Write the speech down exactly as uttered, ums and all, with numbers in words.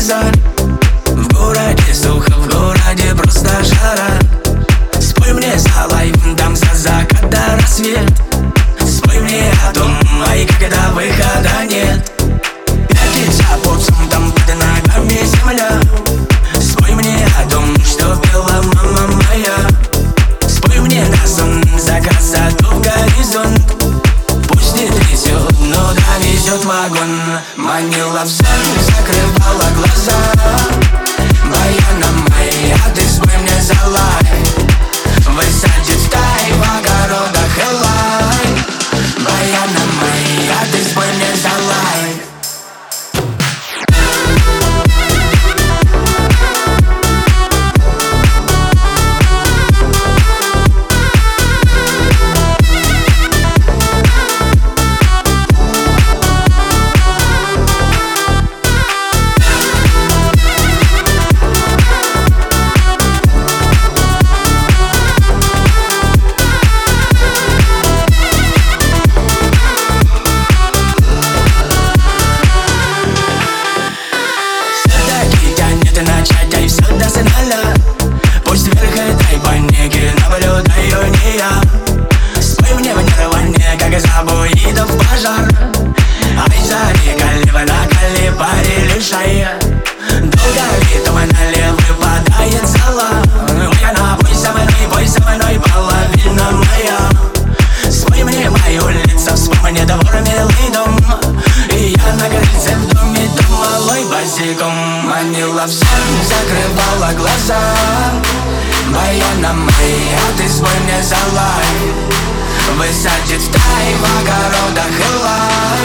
телевизор. В городе сухо, в городе просто жара. Спой мне за лайф, дам за закат до рассвет. Спой мне о том, ай, когда выхода нет. Пятится под там под ногами земля. Спой мне о том, что пела мама моя. Спой мне на сон, за красоту в горизонт. Пусть не трясет, но довезет вагон. Манила в сон, закрывала глаза. Баяна моя, ты спой мне за лайф. Высадит стай в огородах элай. Баяна моя, ты спой мне за лайф. Начать, ай, все дознала. Пусть вверх этой паники наблюдаю не я. Спой мне в нирване, как забуидов пожар. Ай, зари, калива на калибаре лишая. Долго витого налево выпадает зала. Баяна, пой со мной, пой со мной, половина моя. Спой мне мое лицо, вспомни двор, милый дом. И я на крыльце в доме, дом малой босиком. Манила в сон, закрывала глаза. Баяна моя, ты спой мне за лайф. Высадит стай в огородах элай.